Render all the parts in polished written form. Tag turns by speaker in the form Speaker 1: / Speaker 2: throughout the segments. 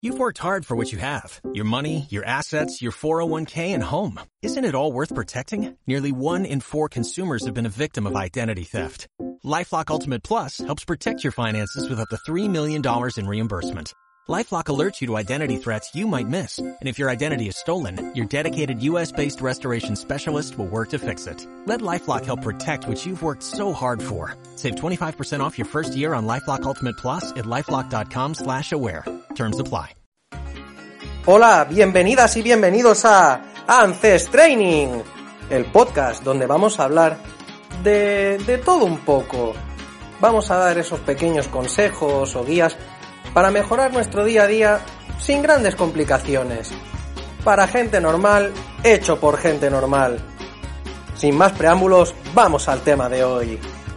Speaker 1: You've worked hard for what you have. Your money, your assets, your 401k, and home. Isn't it all worth protecting? Nearly 1 in 4 consumers have been a victim of identity theft. LifeLock Ultimate Plus helps protect your finances with up to $3 million in reimbursement. LifeLock alerts you to identity threats you might miss. And if your identity is stolen, your dedicated U.S.-based restoration specialist will work to fix it. Let LifeLock help protect what you've worked so hard for. Save 25% off your first year on LifeLock Ultimate Plus at LifeLock.com/aware. Terms apply.
Speaker 2: Hola, bienvenidas y bienvenidos a Ancestraining, el podcast donde vamos a hablar de todo un poco. Vamos a dar esos pequeños consejos o guías para mejorar nuestro día a día sin grandes complicaciones. Para gente normal, hecho por gente normal. Sin más preámbulos, vamos al tema de hoy.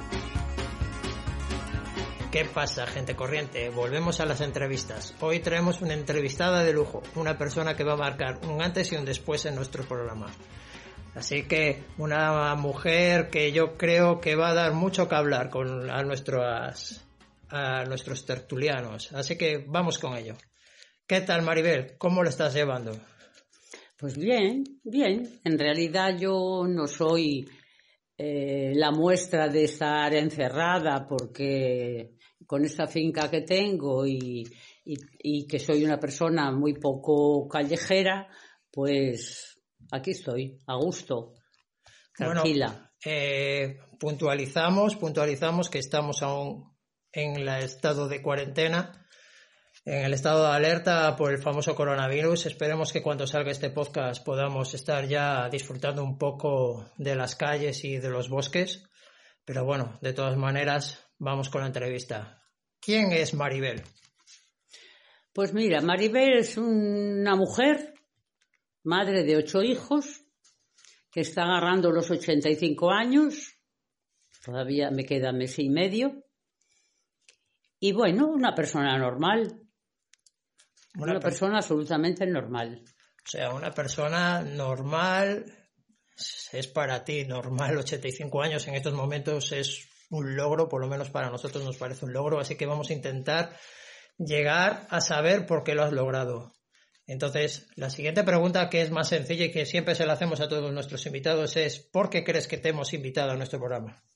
Speaker 3: ¿Qué pasa, gente corriente? Volvemos a las entrevistas. Hoy traemos una entrevistada de lujo, una persona que va a marcar un antes y un después en nuestro programa. Así que una mujer que yo creo que va a dar mucho que hablar a nuestros tertulianos. Así que vamos con ello. ¿Qué tal, Maribel? ¿Cómo lo estás llevando?
Speaker 4: Pues bien. En realidad yo no soy la muestra de estar encerrada, porque con esta finca que tengo y que soy una persona muy poco callejera, pues aquí estoy, a gusto, tranquila.
Speaker 3: Bueno, puntualizamos que estamos aún en el estado de cuarentena, en el estado de alerta por el famoso coronavirus. Esperemos que cuando salga este podcast podamos estar ya disfrutando un poco de las calles y de los bosques. Pero bueno, de todas maneras, vamos con la entrevista. ¿Quién es Maribel?
Speaker 4: Pues mira, Maribel es una mujer, madre de 8 hijos, que está agarrando los 85 años. Todavía me queda mes y medio. Y bueno, una persona normal. Una persona absolutamente normal.
Speaker 3: O sea, una persona normal es para ti normal. 85 años en estos momentos es un logro, por lo menos para nosotros nos parece un logro, así que vamos a intentar llegar a saber por qué lo has logrado. Entonces, la siguiente pregunta, que es más sencilla y que siempre se la hacemos a todos nuestros invitados, es ¿por qué crees que te hemos invitado a nuestro programa?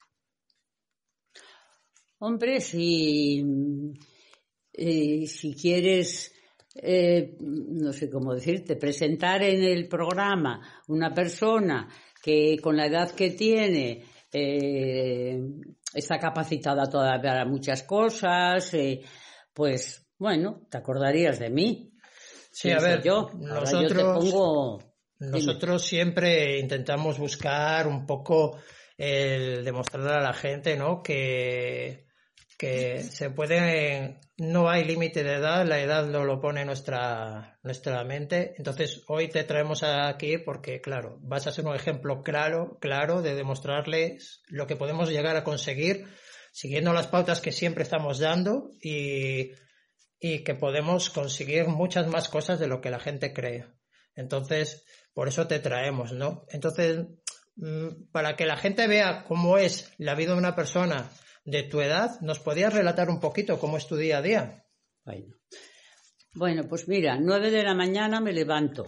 Speaker 4: Hombre, si quieres, no sé cómo decirte, presentar en el programa una persona que con la edad que tiene está capacitada todavía para muchas cosas, pues bueno, te acordarías de mí.
Speaker 3: Sí, a ver,
Speaker 4: nosotros
Speaker 3: siempre intentamos buscar un poco el demostrarle a la gente, ¿no?, que se puede, no hay límite de edad, la edad no lo pone nuestra mente. Entonces hoy te traemos aquí porque, claro, vas a ser un ejemplo claro de demostrarles lo que podemos llegar a conseguir siguiendo las pautas que siempre estamos dando y que podemos conseguir muchas más cosas de lo que la gente cree. Entonces, por eso te traemos, ¿no? Entonces, para que la gente vea cómo es la vida de una persona de tu edad, ¿nos podías relatar un poquito cómo es tu día a día?
Speaker 4: Bueno, pues mira, 9 de la mañana me levanto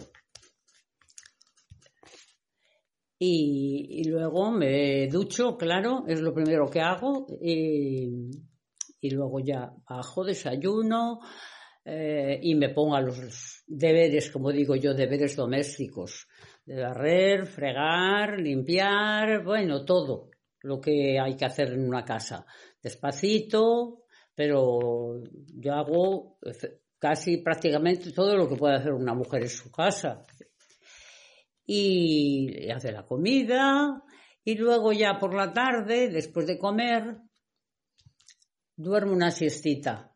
Speaker 4: y luego me ducho, claro, es lo primero que hago, y luego ya bajo, desayuno y me pongo a los deberes, como digo yo, deberes domésticos, de barrer, fregar, limpiar, bueno, todo lo que hay que hacer en una casa, despacito, pero yo hago casi prácticamente todo lo que puede hacer una mujer en su casa. Y hace la comida, y luego ya por la tarde, después de comer, duermo una siestita.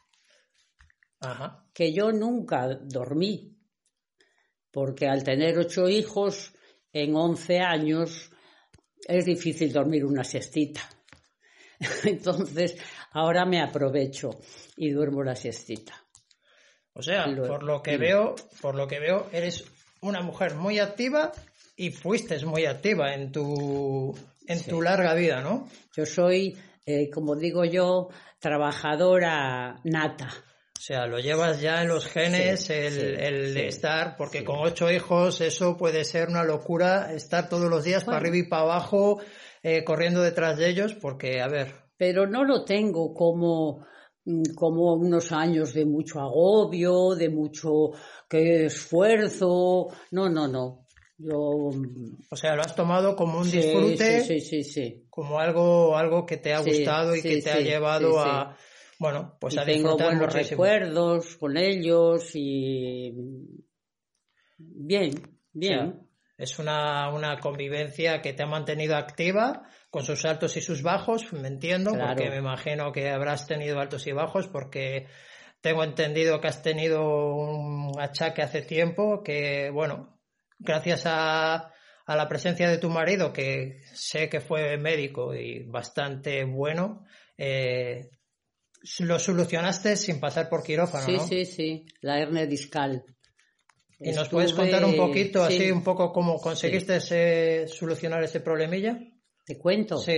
Speaker 3: Ajá.
Speaker 4: Que yo nunca dormí, porque al tener 8 hijos en 11 años es difícil dormir una siestita. Entonces, ahora me aprovecho y duermo la siestita.
Speaker 3: O sea, por lo que veo, eres una mujer muy activa y fuiste muy activa en tu larga vida, ¿no?
Speaker 4: Yo soy, como digo yo, trabajadora nata.
Speaker 3: O sea, lo llevas ya en los genes,
Speaker 4: Sí,
Speaker 3: el de estar, porque
Speaker 4: sí.
Speaker 3: con 8 hijos eso puede ser una locura, estar todos los días para arriba y para abajo, corriendo detrás de ellos, porque, a ver,
Speaker 4: Pero no lo tengo como unos años de mucho agobio, de mucho esfuerzo. No. Yo
Speaker 3: o sea, lo has tomado como un
Speaker 4: sí,
Speaker 3: disfrute,
Speaker 4: sí.
Speaker 3: como algo que te ha
Speaker 4: Sí,
Speaker 3: gustado y
Speaker 4: sí,
Speaker 3: que te ha
Speaker 4: sí,
Speaker 3: llevado
Speaker 4: sí,
Speaker 3: a, bueno, pues
Speaker 4: Y
Speaker 3: a
Speaker 4: tengo
Speaker 3: disfrutar
Speaker 4: buenos
Speaker 3: muchísimo.
Speaker 4: recuerdos con ellos y bien.
Speaker 3: O sea, es una convivencia que te ha mantenido activa con sus altos y sus bajos, me entiendo,
Speaker 4: Claro.
Speaker 3: porque me imagino que habrás tenido altos y bajos, porque tengo entendido que has tenido un achaque hace tiempo que, bueno, gracias a la presencia de tu marido, que sé que fue médico y bastante bueno, lo solucionaste sin pasar por quirófano, ¿no?
Speaker 4: Sí, la hernia discal.
Speaker 3: ¿Y nos puedes contar un poquito,
Speaker 4: sí,
Speaker 3: así, un poco cómo conseguiste solucionar ese problemilla?
Speaker 4: ¿Te cuento?
Speaker 3: Sí.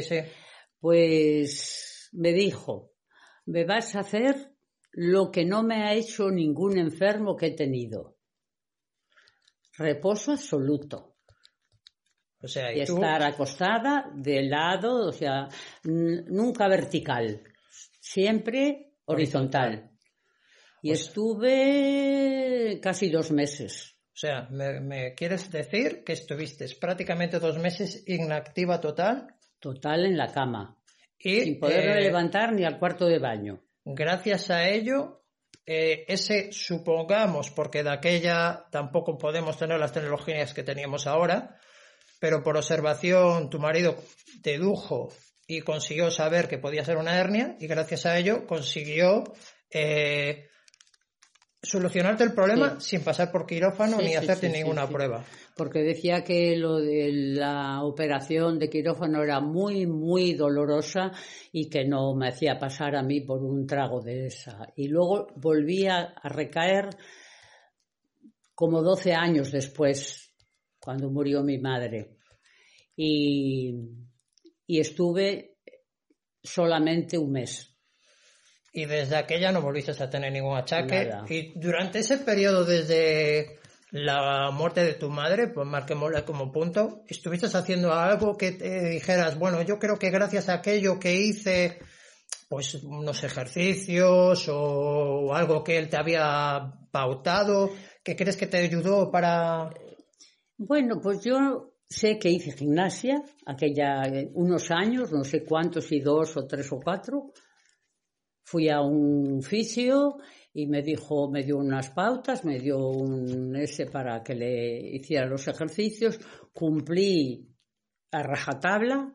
Speaker 4: Pues me dijo, me vas a hacer lo que no me ha hecho ningún enfermo que he tenido. Reposo absoluto.
Speaker 3: O sea,
Speaker 4: Y
Speaker 3: y tú,
Speaker 4: estar acostada de lado, o sea, nunca vertical, siempre horizontal. Y
Speaker 3: Pues-
Speaker 4: estuve casi 2 meses.
Speaker 3: o sea, ¿me quieres decir que estuviste prácticamente 2 meses inactiva total?
Speaker 4: Total en la cama,
Speaker 3: Y
Speaker 4: sin poderme levantar ni al cuarto de baño.
Speaker 3: gracias a ello, supongamos, porque de aquella tampoco podemos tener las tecnologías que teníamos ahora, pero por observación tu marido dedujo y consiguió saber que podía ser una hernia y gracias a ello consiguió solucionarte el problema sin pasar por quirófano ni hacerte ninguna prueba.
Speaker 4: Porque decía que lo de la operación de quirófano era muy, muy dolorosa y que no me hacía pasar a mí por un trago de esa. Y luego volví a recaer como 12 años después, cuando murió mi madre. Y estuve solamente un mes.
Speaker 3: Y desde aquella no volviste a tener ningún achaque.
Speaker 4: Nada.
Speaker 3: Y durante ese periodo, desde la muerte de tu madre, pues marquémosla como punto, ¿estuviste haciendo algo que te dijeras, bueno, yo creo que gracias a aquello que hice, pues unos ejercicios o algo que él te había pautado, que crees que te ayudó para...?
Speaker 4: Bueno, pues yo sé que hice gimnasia, unos años, no sé cuántos, si 2 o 3 o 4. Fui a un fisio y me dio unas pautas, me dio un para que le hiciera los ejercicios, cumplí a rajatabla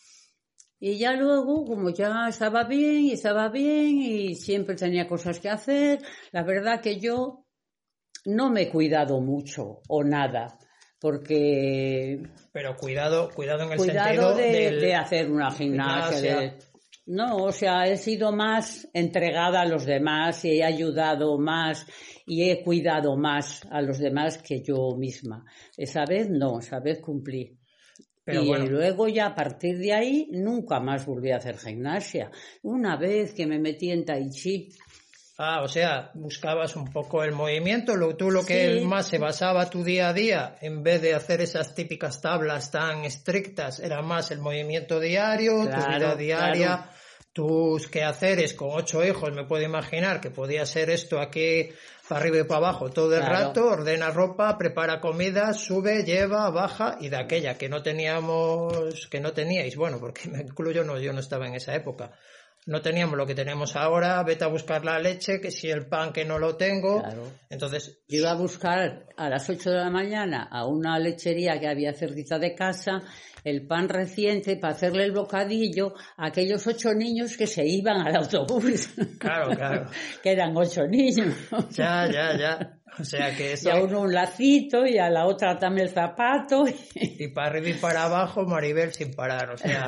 Speaker 4: y ya luego, como ya estaba bien y siempre tenía cosas que hacer, la verdad que yo no me he cuidado mucho o nada, porque...
Speaker 3: Pero cuidado en el
Speaker 4: Cuidado
Speaker 3: sentido
Speaker 4: de hacer una gimnasia. No, o sea, he sido más entregada a los demás y he ayudado más y he cuidado más a los demás que yo misma. Esa vez no, esa vez cumplí.
Speaker 3: Pero
Speaker 4: y
Speaker 3: bueno.
Speaker 4: Luego ya a partir de ahí nunca más volví a hacer gimnasia. Una vez que me metí en tai chi.
Speaker 3: O sea, buscabas un poco el movimiento, lo que más se basaba tu día a día, en vez de hacer esas típicas tablas tan estrictas, era más el movimiento diario, tu vida diaria, tus quehaceres con 8 hijos, me puedo imaginar que podía ser esto aquí para arriba y para abajo todo el rato, ordena ropa, prepara comida, sube, lleva, baja, y de aquella que no teníais, bueno, porque me incluyo, yo no estaba en esa época. No teníamos lo que tenemos ahora, vete a buscar la leche, que si el pan que no lo tengo.
Speaker 4: Claro.
Speaker 3: Entonces,
Speaker 4: yo iba a buscar a las 8 de la mañana a una lechería que había cerquita de casa el pan reciente para hacerle el bocadillo a aquellos 8 niños que se iban al autobús.
Speaker 3: Claro.
Speaker 4: Que eran 8 niños.
Speaker 3: Ya. O sea que eso...
Speaker 4: Y a uno un lacito y a la otra también el zapato.
Speaker 3: Y para arriba y para abajo, Maribel sin parar. O sea,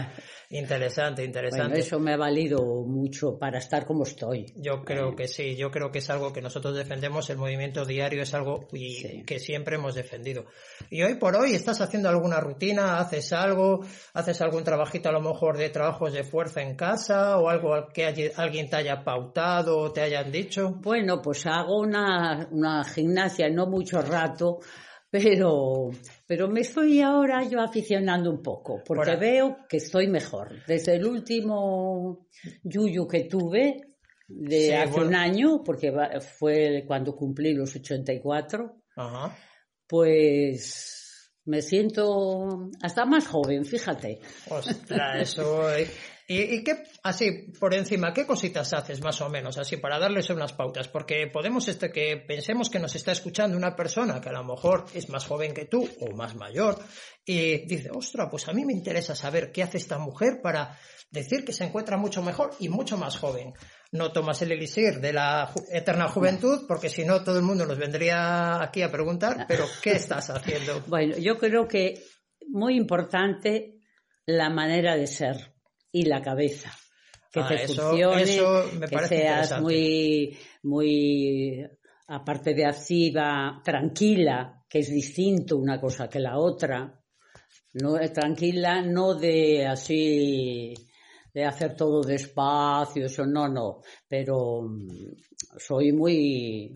Speaker 3: Interesante.
Speaker 4: Bueno, eso me ha valido mucho para estar como estoy.
Speaker 3: Yo creo que sí, yo creo que es algo que nosotros defendemos, el movimiento diario es algo que siempre hemos defendido. Y hoy por hoy, ¿estás haciendo alguna rutina? ¿Haces algo? ¿Haces algún trabajito a lo mejor de trabajos de fuerza en casa? ¿O algo que alguien te haya pautado o te hayan dicho?
Speaker 4: Bueno, pues hago una gimnasia, no mucho rato, pero me estoy ahora yo aficionando un poco, porque veo que estoy mejor. Desde el último yuyu que tuve, hace un año, porque fue cuando cumplí los 84,
Speaker 3: Ajá.
Speaker 4: Pues me siento hasta más joven, fíjate.
Speaker 3: Ostras, eso... ¿Y qué, así, por encima, qué cositas haces más o menos, así, para darles unas pautas? Porque podemos que pensemos que nos está escuchando una persona que a lo mejor es más joven que tú o más mayor y dice, ostras, pues a mí me interesa saber qué hace esta mujer para decir que se encuentra mucho mejor y mucho más joven. No tomas el elixir de la eterna juventud, porque si no todo el mundo nos vendría aquí a preguntar, pero ¿qué estás haciendo?
Speaker 4: Bueno, yo creo que muy importante la manera de ser. Y la cabeza, que te funcione,
Speaker 3: eso me
Speaker 4: que
Speaker 3: parece
Speaker 4: seas muy, aparte de activa, tranquila, que es distinto una cosa que la otra. No tranquila, no de así, de hacer todo despacio, eso no, pero soy muy...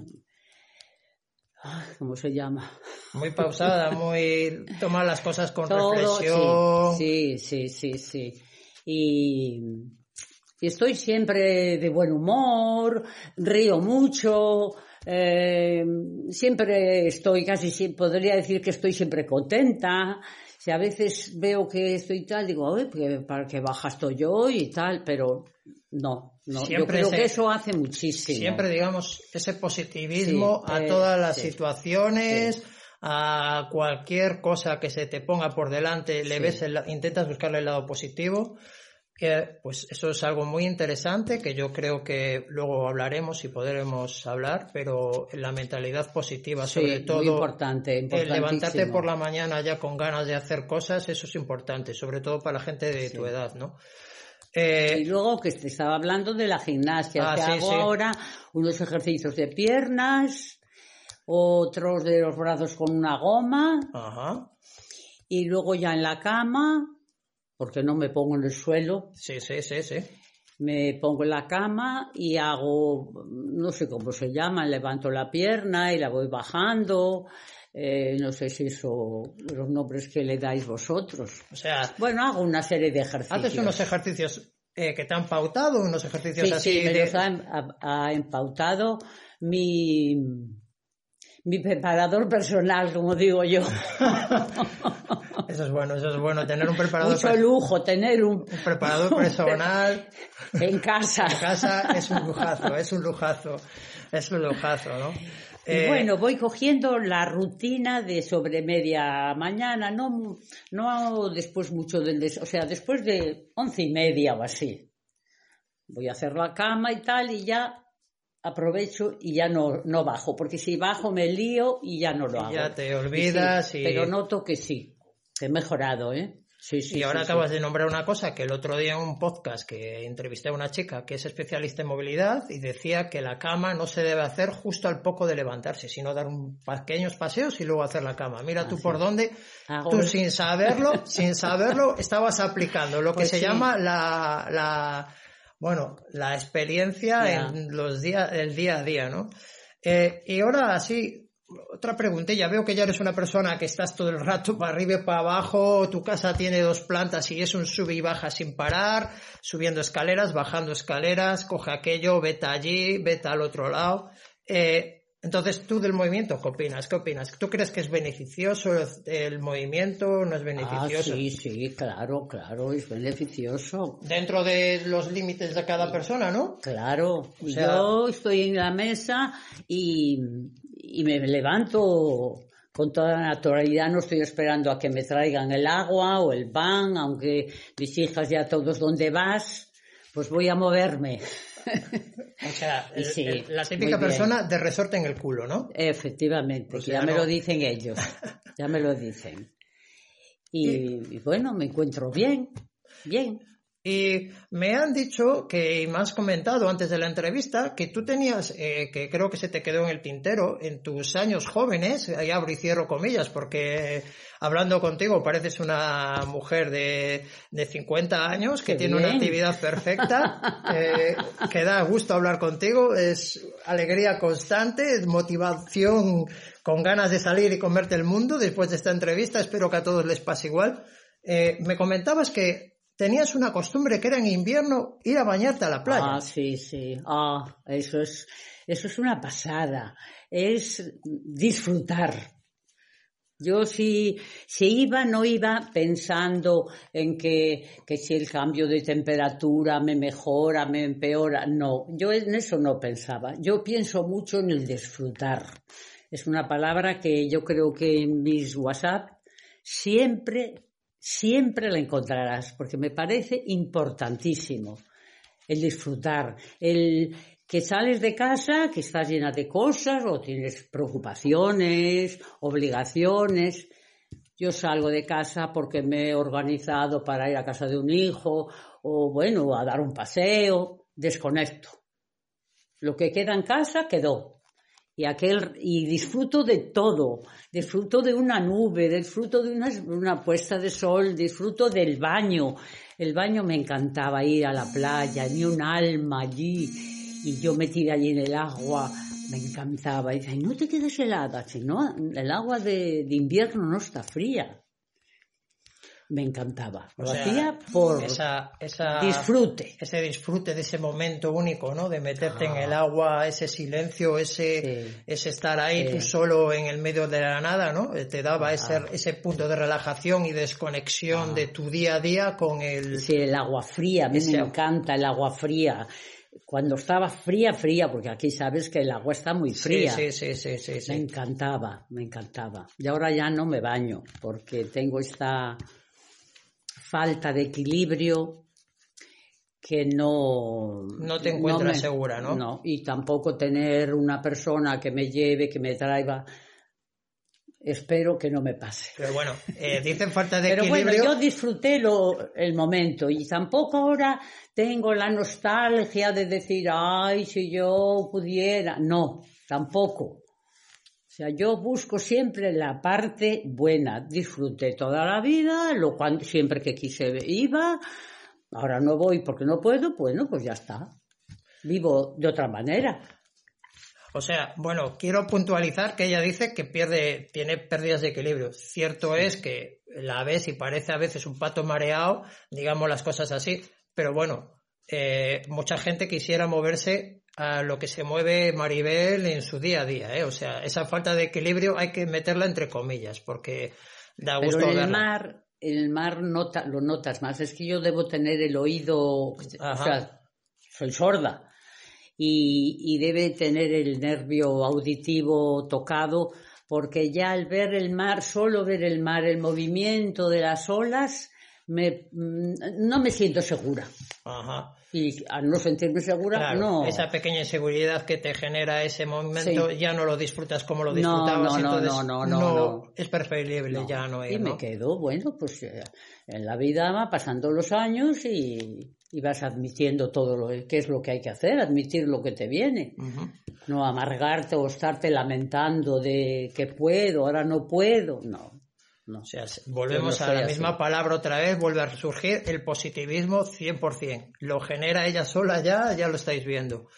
Speaker 4: ¿Cómo se llama?
Speaker 3: Muy pausada, muy... tomar las cosas con reflexión.
Speaker 4: Sí. Y estoy siempre de buen humor, río mucho, siempre estoy podría decir que estoy siempre contenta. Si a veces veo que estoy tal, digo, ¿para qué baja estoy yo y tal? Pero no, yo creo que eso hace muchísimo.
Speaker 3: Siempre, digamos, ese positivismo a todas las situaciones... Sí. A cualquier cosa que se te ponga por delante, intentas buscarle el lado positivo, pues eso es algo muy interesante que yo creo que luego hablaremos y podremos hablar, pero la mentalidad positiva, sobre todo,
Speaker 4: muy importante,
Speaker 3: el levantarte por la mañana ya con ganas de hacer cosas, eso es importante, sobre todo para la gente de tu edad, ¿no?
Speaker 4: Y luego que te estaba hablando de la gimnasia, hago ahora unos ejercicios de piernas, otros de los brazos con una goma.
Speaker 3: Ajá.
Speaker 4: Y luego ya en la cama, porque no me pongo en el suelo.
Speaker 3: Sí.
Speaker 4: Me pongo en la cama y hago, no sé cómo se llama, levanto la pierna y la voy bajando. No sé si eso, los nombres que le dais vosotros.
Speaker 3: O sea,
Speaker 4: bueno, hago una serie de ejercicios.
Speaker 3: Haces unos ejercicios que te han pautado, unos ejercicios así.
Speaker 4: Sí, me los ha empautado mi preparador personal, como digo yo.
Speaker 3: Eso es bueno, tener un preparador.
Speaker 4: Mucho lujo, tener un
Speaker 3: preparador personal
Speaker 4: en casa.
Speaker 3: En casa es un lujazo, ¿no?
Speaker 4: Y bueno, voy cogiendo la rutina de sobre media mañana, no después mucho o sea, después de 11:30 o así. Voy a hacer la cama y tal, y ya aprovecho y ya no bajo, porque si bajo me lío y ya no lo hago.
Speaker 3: Ya te olvidas.
Speaker 4: Pero noto que sí, que he mejorado, ¿eh? Sí,
Speaker 3: y ahora acabas de nombrar una cosa que el otro día en un podcast que entrevisté a una chica que es especialista en movilidad y decía que la cama no se debe hacer justo al poco de levantarse, sino dar pequeños paseos y luego hacer la cama. Mira tú por dónde, tú sin saberlo estabas aplicando lo que se llama la experiencia en el día a día, ¿no? Y ahora sí, otra preguntilla. Veo que ya eres una persona que estás todo el rato para arriba y para abajo. Tu casa tiene 2 plantas y es un sube y baja sin parar, subiendo escaleras, bajando escaleras, coge aquello, vete allí, vete al otro lado. Entonces, tú del movimiento, ¿qué opinas? ¿Tú crees que es beneficioso el movimiento? ¿No es beneficioso?
Speaker 4: Sí, claro, es beneficioso.
Speaker 3: Dentro de los límites de cada persona, ¿no?
Speaker 4: Claro. O sea, yo estoy en la mesa y me levanto con toda naturalidad, no estoy esperando a que me traigan el agua o el pan, aunque mis hijas ya todos, ¿dónde vas? Pues voy a moverme.
Speaker 3: O sea, la típica persona de resorte en el culo, ¿no?
Speaker 4: Efectivamente, ya me lo dicen ellos, ya me lo dicen. Y bueno, me encuentro bien.
Speaker 3: Y me han dicho y me has comentado antes de la entrevista que tú tenías, que creo que se te quedó en el tintero, en tus años jóvenes, ahí abro y cierro comillas, porque hablando contigo pareces una mujer de 50 años que tiene una actividad perfecta, que da gusto hablar contigo, es alegría constante, es motivación con ganas de salir y comerte el mundo después de esta entrevista. Espero que a todos les pase igual. Me comentabas que tenías una costumbre que era en invierno ir a bañarte a la playa.
Speaker 4: Ah, sí. Eso es una pasada. Es disfrutar. Yo si iba, no iba pensando en que si el cambio de temperatura me mejora, me empeora. No, yo en eso no pensaba. Yo pienso mucho en el disfrutar. Es una palabra que yo creo que en mis WhatsApp siempre la encontrarás, porque me parece importantísimo el disfrutar, el que sales de casa, que estás llena de cosas o tienes preocupaciones, obligaciones. Yo salgo de casa porque me he organizado para ir a casa de un hijo o, bueno, a dar un paseo, desconecto. Lo que queda en casa quedó. Y disfruto de todo, disfruto de una nube, disfruto de una puesta de sol, disfruto del baño. El baño me encantaba, ir a la playa, ni un alma allí, y yo me tiré allí en el agua, me encantaba. Y dice, no te quedes helada, si no, el agua de invierno no está fría. Me encantaba. Lo hacía por disfrute.
Speaker 3: Ese disfrute de ese momento único, ¿no? De meterte en el agua, ese silencio, ese estar ahí tú solo en el medio de la nada, ¿no? Te daba ese punto de relajación y desconexión de tu día a día con el...
Speaker 4: Sí, el agua fría. A mí me encanta el agua fría. Cuando estaba fría, porque aquí sabes que el agua está muy fría.
Speaker 3: Sí.
Speaker 4: Me encantaba. Y ahora ya no me baño porque tengo esta falta de equilibrio que no
Speaker 3: te encuentras segura, ¿no?
Speaker 4: No, y tampoco tener una persona que me lleve, que me traiga. Espero que no me pase.
Speaker 3: Pero bueno, dicen falta de equilibrio.
Speaker 4: Pero bueno, yo disfruté el momento y tampoco ahora tengo la nostalgia de decir, ay, si yo pudiera. No, tampoco. O sea, yo busco siempre la parte buena. Disfruté toda la vida, siempre que quise iba. Ahora no voy porque no puedo, bueno, pues ya está. Vivo de otra manera.
Speaker 3: O sea, bueno, quiero puntualizar que ella dice que tiene pérdidas de equilibrio. Cierto es que la ves y parece a veces un pato mareado, digamos las cosas así, pero bueno, mucha gente quisiera moverse a lo que se mueve Maribel en su día a día, O sea, esa falta de equilibrio hay que meterla entre comillas, porque da gusto verla.
Speaker 4: Pero el mar lo notas más. Es que yo debo tener el oído, o sea, soy sorda. Y debe tener el nervio auditivo tocado, porque ya al ver el mar, solo ver el mar, el movimiento de las olas, no me siento segura.
Speaker 3: Ajá.
Speaker 4: Y al no sentirme segura,
Speaker 3: claro,
Speaker 4: no.
Speaker 3: Esa pequeña inseguridad que te genera ese momento, ya no lo disfrutas como lo disfrutabas. No. Es preferible ya no ir,
Speaker 4: Y me quedo, bueno, pues en la vida va pasando los años y vas admitiendo todo qué es lo que hay que hacer, admitir lo que te viene. Uh-huh. No amargarte o estarte lamentando de que puedo, ahora no puedo, no.
Speaker 3: O sea, volvemos a la misma palabra otra vez, vuelve a surgir el positivismo 100%. Lo genera ella sola ya lo estáis viendo.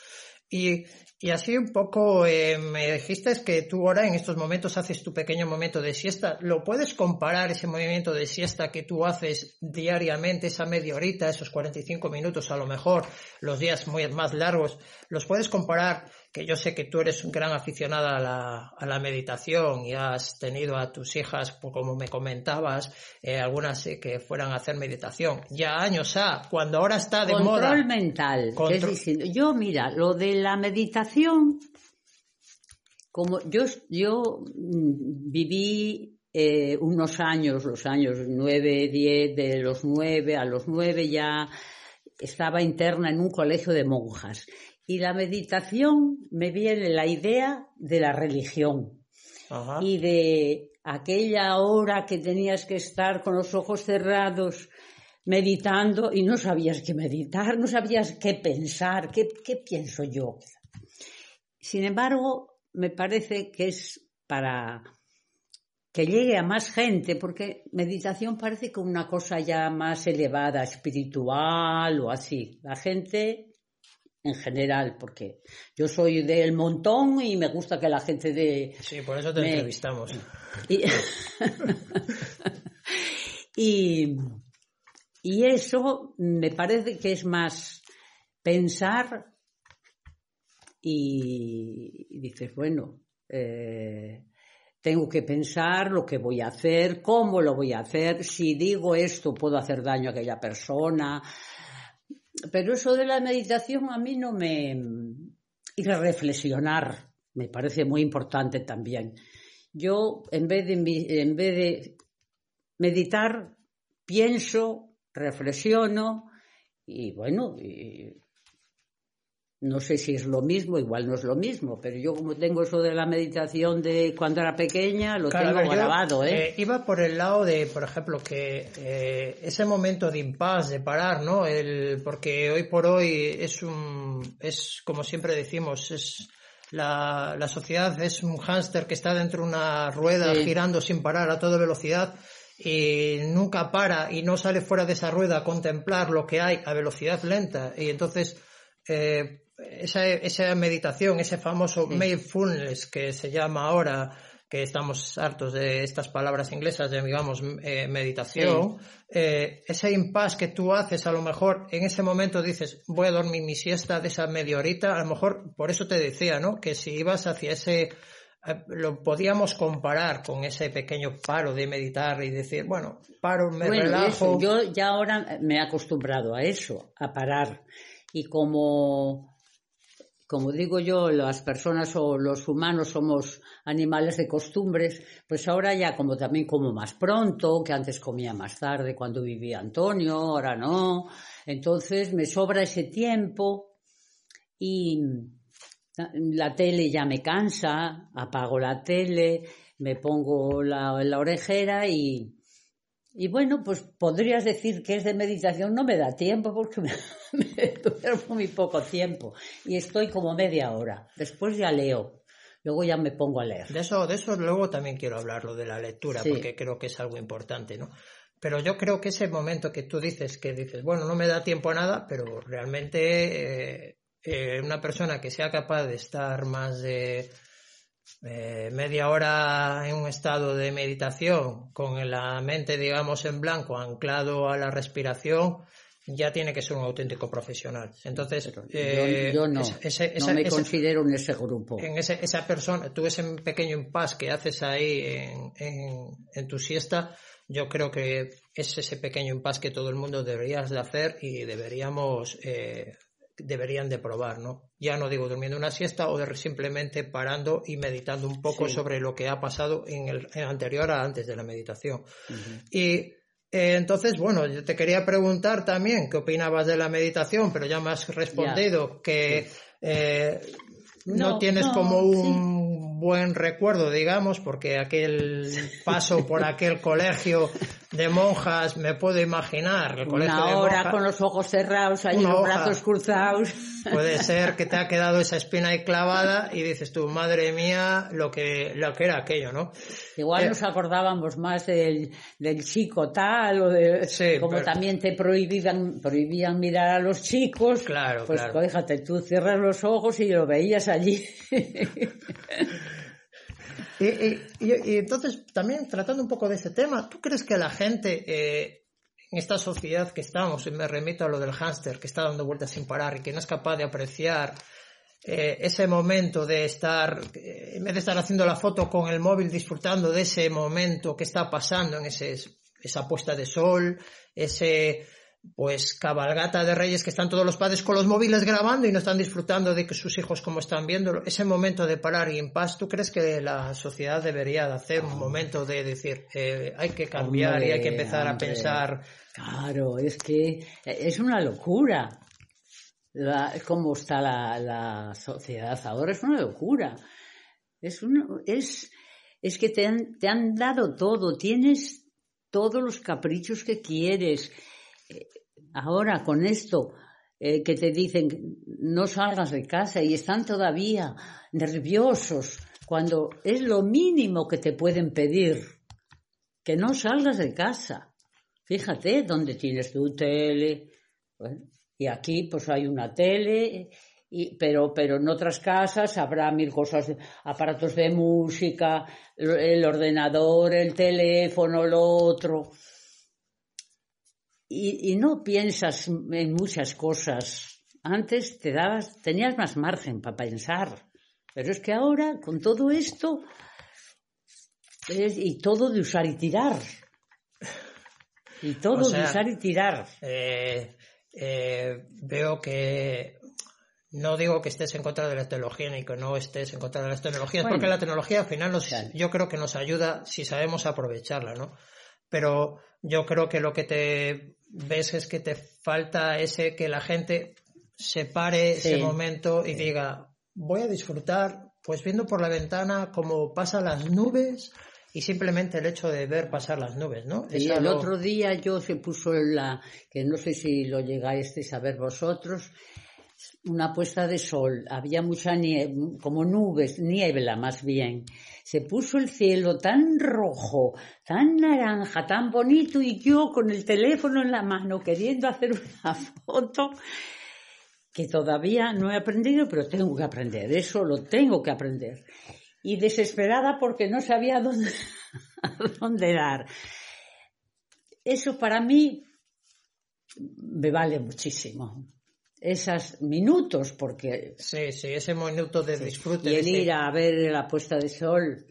Speaker 3: Y así un poco me dijiste que tú ahora en estos momentos haces tu pequeño momento de siesta. ¿Lo puedes comparar ese movimiento de siesta que tú haces diariamente, esa media horita, esos 45 minutos a lo mejor, los días más largos? ¿Los puedes comparar? Que yo sé que tú eres un gran aficionada a la meditación y has tenido a tus hijas, como me comentabas, algunas que fueran a hacer meditación. Ya años cuando ahora está de moda.
Speaker 4: Control mental. Que es distinto. Yo, mira, lo de la meditación, como yo viví unos años, los años 9, 10, de los 9 a los 9 ya estaba interna en un colegio de monjas. Y la meditación me viene la idea de la religión. Ajá. Y de aquella hora que tenías que estar con los ojos cerrados meditando y no sabías qué meditar, no sabías qué pensar, qué pienso yo. Sin embargo, me parece que es para que llegue a más gente, porque meditación parece como una cosa ya más elevada, espiritual o así. La gente en general, porque yo soy del montón y me gusta que la gente de...
Speaker 3: Sí, por eso te entrevistamos.
Speaker 4: Y eso me parece que es más pensar y dices, bueno, tengo que pensar lo que voy a hacer, cómo lo voy a hacer, si digo esto puedo hacer daño a aquella persona. Pero eso de la meditación a mí no me... Y reflexionar me parece muy importante también. Yo, en vez de meditar, pienso, reflexiono y bueno, no sé si es lo mismo, igual no es lo mismo, pero yo como tengo eso de la meditación de cuando era pequeña, lo tengo grabado.
Speaker 3: Iba por el lado de, por ejemplo, que ese momento de impasse, de parar, ¿no? Porque hoy por hoy es como siempre decimos, la sociedad es un hámster que está dentro de una rueda girando sin parar a toda velocidad y nunca para y no sale fuera de esa rueda a contemplar lo que hay a velocidad lenta. Y entonces esa meditación, ese famoso mindfulness que se llama ahora, que estamos hartos de estas palabras inglesas, digamos, meditación, ese impasse que tú haces, a lo mejor en ese momento dices, voy a dormir mi siesta de esa media horita, a lo mejor por eso te decía, ¿no? Que si ibas hacia ese, lo podíamos comparar con ese pequeño paro de meditar y decir, bueno, paro, me relajo.
Speaker 4: Eso, yo ya ahora me he acostumbrado a eso, a parar. Y como digo yo, las personas o los humanos somos animales de costumbres, pues ahora ya también como más pronto, que antes comía más tarde cuando vivía Antonio, ahora no. Entonces me sobra ese tiempo y la tele ya me cansa, apago la tele, me pongo la orejera y bueno, pues podrías decir que es de meditación, no me da tiempo porque me duermo muy poco tiempo y estoy como media hora. Después ya leo, luego ya me pongo a leer.
Speaker 3: De eso luego también quiero hablar, lo de la lectura, porque creo que es algo importante, ¿no? Pero yo creo que ese momento que tú dices, bueno, no me da tiempo a nada, pero realmente una persona que sea capaz de estar más de media hora en un estado de meditación con la mente, digamos, en blanco, anclado a la respiración, ya tiene que ser un auténtico profesional. Entonces,
Speaker 4: yo no me considero en ese grupo.
Speaker 3: Esa persona, tú ese pequeño impasse que haces ahí en tu siesta, yo creo que es ese pequeño impasse que todo el mundo deberías de hacer y deberían de probar, ¿no? Ya no digo durmiendo una siesta o simplemente parando y meditando un poco sobre lo que ha pasado en el anterior a antes de la meditación. Uh-huh. Y entonces, bueno, yo te quería preguntar también qué opinabas de la meditación, pero ya me has respondido que no tienes como un buen recuerdo, digamos, porque aquel paso por aquel colegio de monjas, me puedo imaginar.
Speaker 4: Una hora con los ojos cerrados, ahí los brazos cruzados.
Speaker 3: Puede ser que te ha quedado esa espina ahí clavada y dices tú, madre mía, lo que era aquello, ¿no?
Speaker 4: Igual nos acordábamos más del chico tal, o también te prohibían mirar a los chicos.
Speaker 3: Claro,
Speaker 4: pues claro. Fíjate, tú cierras los ojos y lo veías allí.
Speaker 3: Y entonces, también tratando un poco de ese tema, ¿tú crees que la gente en esta sociedad que estamos, y me remito a lo del hámster que está dando vueltas sin parar y que no es capaz de apreciar ese momento de estar, en vez de estar haciendo la foto con el móvil, disfrutando de ese momento que está pasando en esa puesta de sol, pues cabalgata de Reyes que están todos los padres con los móviles grabando y no están disfrutando de que sus hijos como están viéndolo, ese momento de parar y en paz? ¿Tú crees que la sociedad debería de hacer un momento de decir hay que cambiar y hay que empezar a pensar?
Speaker 4: Claro, es que es una locura cómo está la sociedad ahora, es una locura. Es que te han dado todo, tienes todos los caprichos que quieres. ahora con esto que te dicen no salgas de casa y están todavía nerviosos cuando es lo mínimo que te pueden pedir, que no salgas de casa. Fíjate dónde tienes tu tele. Bueno, y aquí pues hay una tele, pero en otras casas habrá 1000 cosas, aparatos de música, el ordenador, el teléfono, lo otro. Y no piensas en muchas cosas. Antes tenías más margen para pensar. Pero es que ahora, con todo esto, y todo de usar y tirar. Y todo de usar y tirar.
Speaker 3: Veo que... No digo que estés en contra de la tecnología ni que no estés en contra de las tecnologías, porque la tecnología al final yo creo que nos ayuda si sabemos aprovecharla, ¿no? Pero yo creo que lo que te ves es que te falta que la gente se pare ese momento y diga, voy a disfrutar pues viendo por la ventana cómo pasan las nubes y simplemente el hecho de ver pasar las nubes, ¿no?
Speaker 4: Y el otro día se puso que no sé si lo llegáis a ver vosotros, una puesta de sol, había mucha como nubes, niebla más bien. Se puso el cielo tan rojo, tan naranja, tan bonito y yo con el teléfono en la mano queriendo hacer una foto que todavía no he aprendido, pero tengo que aprender, eso lo tengo que aprender. Y desesperada porque no sabía a dónde dar. Eso para mí me vale muchísimo. Esos minutos, porque...
Speaker 3: Sí, ese minuto de disfrute.
Speaker 4: Y el ir a ver la puesta de sol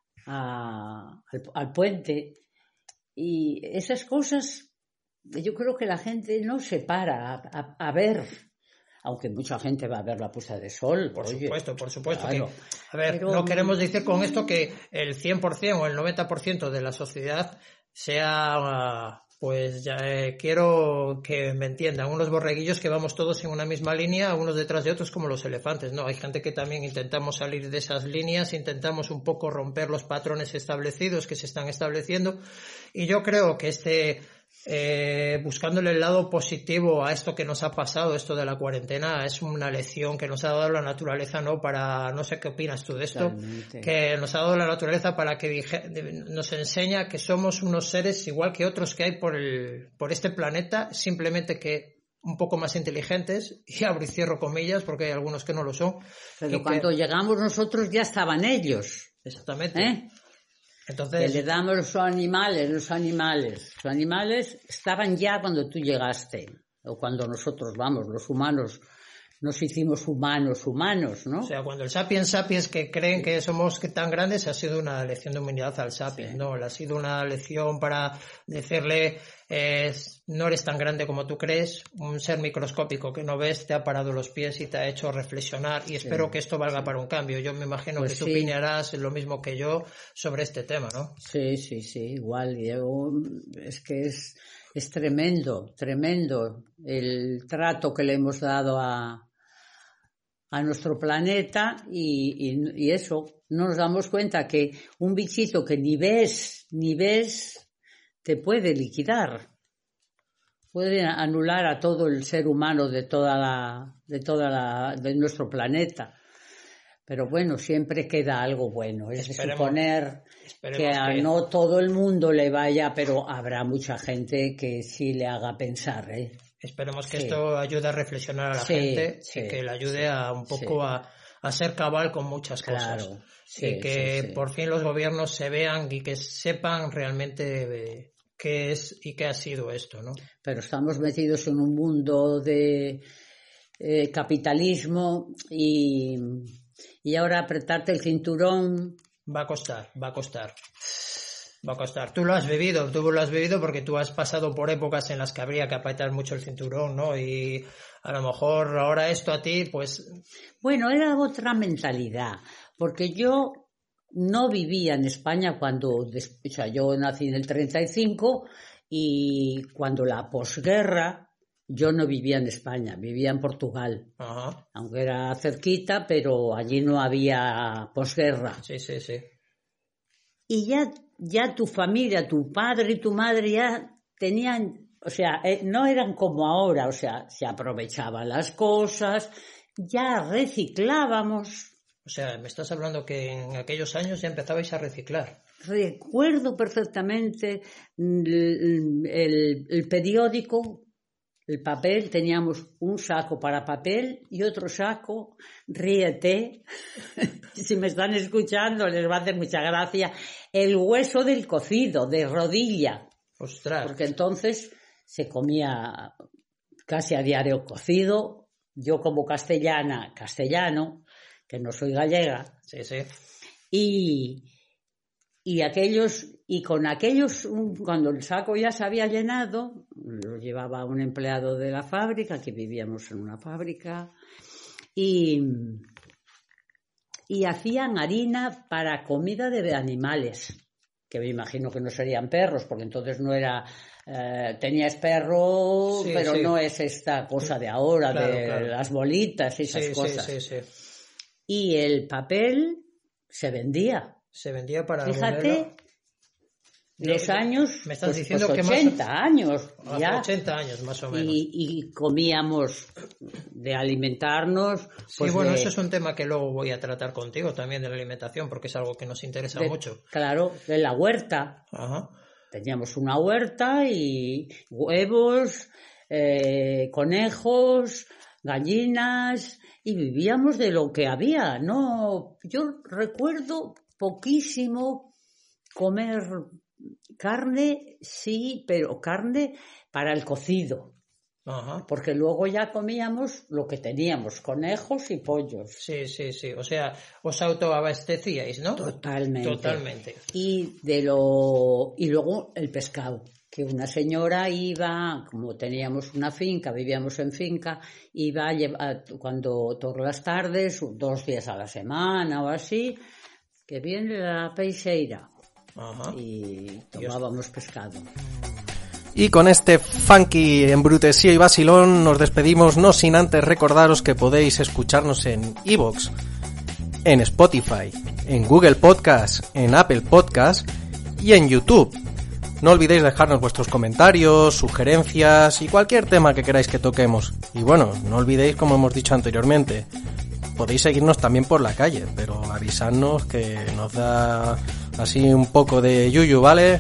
Speaker 4: al puente y esas cosas, yo creo que la gente no se para a ver, aunque mucha gente va a ver la puesta de sol.
Speaker 3: Por supuesto.
Speaker 4: Claro,
Speaker 3: pero no queremos decir con esto que el 100% o el 90% de la sociedad sea... Pues ya quiero que me entiendan, unos borreguillos que vamos todos en una misma línea, unos detrás de otros como los elefantes, ¿no? Hay gente que también intentamos salir de esas líneas, intentamos un poco romper los patrones establecidos que se están estableciendo, y yo creo que buscándole el lado positivo a esto que nos ha pasado, esto de la cuarentena, es una lección que nos ha dado la naturaleza, ¿no? No sé qué opinas tú de esto,
Speaker 4: totalmente.
Speaker 3: Que nos ha dado la naturaleza para que nos enseña que somos unos seres igual que otros que hay por este planeta, simplemente que un poco más inteligentes, y abro y cierro comillas porque hay algunos que no lo son.
Speaker 4: Pero cuando llegamos nosotros ya estaban ellos.
Speaker 3: Exactamente. Entonces,
Speaker 4: que le damos los animales. Los animales estaban ya cuando tú llegaste, o cuando nosotros, los humanos, nos hicimos humanos, ¿no?
Speaker 3: O sea, cuando el sapiens que creen que somos tan grandes, ha sido una lección de humildad al sapiens, ¿no? Ha sido una lección para decirle, no eres tan grande como tú crees, un ser microscópico que no ves te ha parado los pies y te ha hecho reflexionar, y espero que esto valga para un cambio. Yo me imagino que tú opinarás lo mismo que yo sobre este tema, ¿no?
Speaker 4: Sí, igual, Diego, es que es tremendo el trato que le hemos dado a nuestro planeta y eso, no nos damos cuenta que un bichito que ni ves te puede liquidar, puede anular a todo el ser humano de nuestro planeta. Pero bueno, siempre queda algo bueno. Es de suponer que a no todo el mundo le vaya, pero habrá mucha gente que sí le haga pensar, ¿eh?
Speaker 3: Esperemos que esto ayude a reflexionar a la gente y que le ayude a un poco a ser cabal con muchas cosas.
Speaker 4: Claro,
Speaker 3: y que por fin los gobiernos se vean y que sepan realmente qué es y qué ha sido esto, ¿no?
Speaker 4: Pero estamos metidos en un mundo de capitalismo y ahora apretarte el cinturón...
Speaker 3: Va a costar. Tú lo has vivido porque tú has pasado por épocas en las que habría que apretar mucho el cinturón, ¿no? Y a lo mejor ahora esto a ti, pues...
Speaker 4: Bueno, era otra mentalidad, porque yo no vivía en España yo nací en el 35 y cuando la posguerra yo no vivía en España, vivía en Portugal.
Speaker 3: Ajá.
Speaker 4: Aunque era cerquita, pero allí no había posguerra.
Speaker 3: Sí.
Speaker 4: Y ya tu familia, tu padre y tu madre ya tenían O sea, no eran como ahora, o sea, se aprovechaban las cosas, ya reciclábamos.
Speaker 3: O sea, me estás hablando que en aquellos años ya empezabais a reciclar.
Speaker 4: Recuerdo perfectamente el periódico, el papel, teníamos un saco para papel y otro saco, ríete, si me están escuchando les va a hacer mucha gracia, el hueso del cocido, de rodilla.
Speaker 3: ¡Ostras!
Speaker 4: Porque entonces se comía casi a diario cocido, yo como castellano, que no soy gallega.
Speaker 3: Sí, sí.
Speaker 4: Y con aquellos, cuando el saco ya se había llenado, lo llevaba un empleado de la fábrica, que vivíamos en una fábrica, y hacían harina para comida de animales, que me imagino que no serían perros, porque entonces no era... tenías perro, sí, pero sí. No es esta cosa de ahora, claro. Las bolitas y esas cosas.
Speaker 3: Sí.
Speaker 4: Y el papel se vendía.
Speaker 3: Se vendía para...
Speaker 4: Fíjate, los años...
Speaker 3: Me estás diciendo
Speaker 4: pues
Speaker 3: que
Speaker 4: 80 años.
Speaker 3: Ya. 80 años, más o menos.
Speaker 4: Y comíamos de alimentarnos...
Speaker 3: Pues bueno, eso es un tema que luego voy a tratar contigo también, de la alimentación, porque es algo que nos interesa mucho.
Speaker 4: Claro, de la huerta.
Speaker 3: Ajá.
Speaker 4: Teníamos una huerta y huevos, conejos, gallinas, y vivíamos de lo que había. No, yo recuerdo poquísimo comer carne, sí, pero carne para el cocido.
Speaker 3: Ajá.
Speaker 4: Porque luego ya comíamos lo que teníamos, conejos y pollos.
Speaker 3: Sí. O sea, os autoabastecíais, ¿no?
Speaker 4: Totalmente. Y luego el pescado, que una señora iba, como teníamos una finca, vivíamos en finca, iba a llevar, cuando todas las tardes, 2 días a la semana o así, que viene la peixeira.
Speaker 3: Ajá.
Speaker 4: Y tomábamos pescado.
Speaker 2: Y con este funky embrutesío y vacilón nos despedimos, no sin antes recordaros que podéis escucharnos en iVoox, en Spotify, en Google Podcast, en Apple Podcast y en YouTube. No olvidéis dejarnos vuestros comentarios, sugerencias y cualquier tema que queráis que toquemos. Y bueno, no olvidéis, como hemos dicho anteriormente, podéis seguirnos también por la calle, pero avisadnos, que nos da así un poco de yuyu, ¿vale?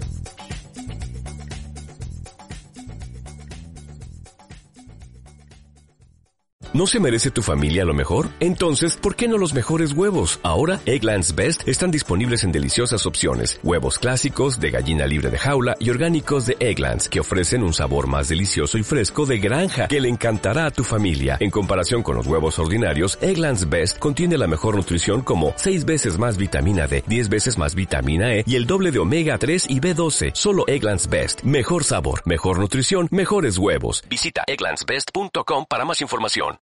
Speaker 5: ¿No se merece tu familia lo mejor? Entonces, ¿por qué no los mejores huevos? Ahora, Eggland's Best están disponibles en deliciosas opciones. Huevos clásicos, de gallina libre de jaula y orgánicos de Eggland's, que ofrecen un sabor más delicioso y fresco de granja, que le encantará a tu familia. En comparación con los huevos ordinarios, Eggland's Best contiene la mejor nutrición, como 6 veces más vitamina D, 10 veces más vitamina E y el doble de omega 3 y B12. Solo Eggland's Best. Mejor sabor, mejor nutrición, mejores huevos. Visita egglandsbest.com para más información.